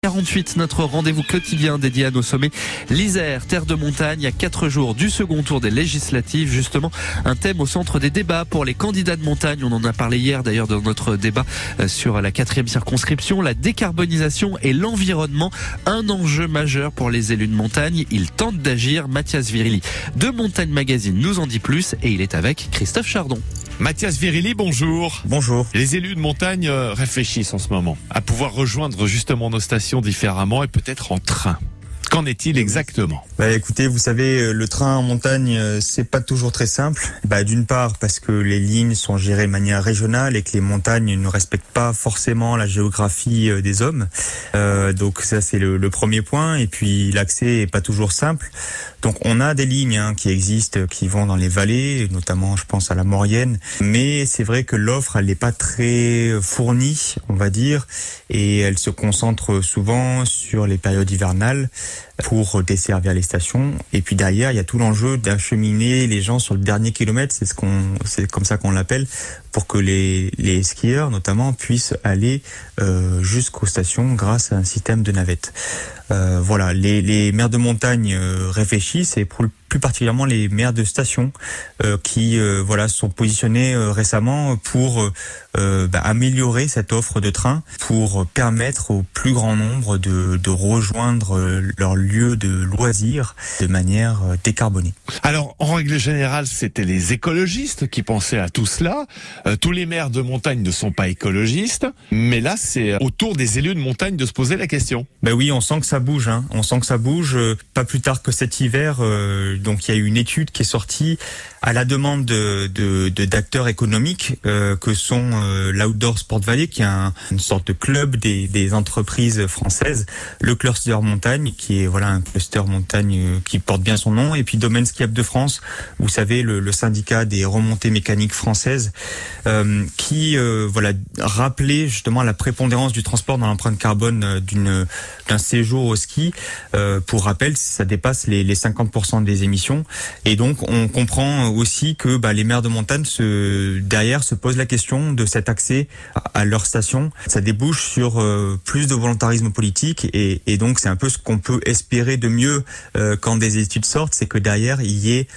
48, notre rendez-vous quotidien dédié à nos sommets. L'Isère, terre de montagne, à 4 jours du second tour des législatives. Justement, un thème au centre des débats pour les candidats de montagne. On en a parlé hier d'ailleurs dans notre débat sur la 4e circonscription. La décarbonisation et l'environnement, un enjeu majeur pour les élus de montagne. Ils tentent d'agir. Mathias Virilli de Montagne Magazine nous en dit plus et il est avec Christophe Chardon. Mathias Virilli, bonjour. Bonjour. Les élus de montagne réfléchissent en ce moment à pouvoir rejoindre justement nos stations différemment et peut-être en train. Qu'en est-il exactement ? Écoutez, vous savez, le train en montagne, c'est pas toujours très simple. D'une part, parce que les lignes sont gérées de manière régionale et que les montagnes ne respectent pas forcément la géographie des hommes. Donc ça, c'est le premier point. Et puis, l'accès est pas toujours simple. Donc, on a des lignes qui existent, qui vont dans les vallées, notamment, je pense, à la Maurienne. Mais c'est vrai que l'offre, elle n'est pas très fournie, on va dire. Et elle se concentre souvent sur les périodes hivernales pour desservir les stations. Et puis derrière, il y a tout l'enjeu d'acheminer les gens sur le dernier kilomètre, c'est comme ça qu'on l'appelle, pour que les skieurs notamment puissent aller jusqu'aux stations grâce à un système de navettes. Voilà, les maires de montagne réfléchissent, et plus particulièrement les maires de station qui sont positionnés récemment pour améliorer cette offre de train, pour permettre au plus grand nombre de rejoindre leur lieu de loisirs de manière décarbonée. Alors, en règle générale, c'était les écologistes qui pensaient à tout cela. Tous les maires de montagne ne sont pas écologistes, mais là, c'est au tour des élus de montagne de se poser la question. Oui, on sent que ça bouge. On sent que ça bouge. Pas plus tard que cet hiver, donc il y a eu une étude qui est sortie à la demande d'acteurs économiques que sont l'Outdoor Sport Valley, qui est une sorte de club des entreprises françaises, le cluster montagne, qui est un cluster montagne qui porte bien son nom, et puis Domaine Skiable de France, vous savez, le syndicat des remontées mécaniques françaises, qui rappelait justement la prépondérance du transport dans l'empreinte carbone d'un séjour au ski. Pour rappel, ça dépasse les 50% des émissions, et donc on comprend aussi que les maires de montagne se posent la question de cet accès à leur station. Ça débouche sur plus de volontarisme politique, et donc c'est un peu ce qu'on peut espérer de mieux quand des études sortent, c'est que derrière il y ait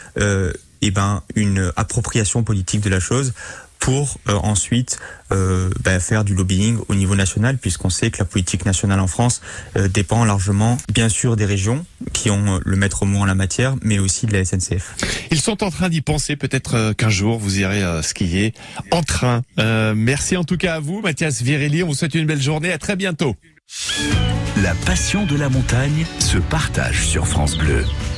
une appropriation politique de la chose pour ensuite faire du lobbying au niveau national, puisqu'on sait que la politique nationale en France dépend largement, bien sûr, des régions qui ont le maître mot en la matière, mais aussi de la SNCF. Ils sont en train d'y penser, peut-être qu'un jour vous irez skier en train. Merci en tout cas à vous, Mathias Virilli, on vous souhaite une belle journée, à très bientôt. La passion de la montagne se partage sur France Bleu.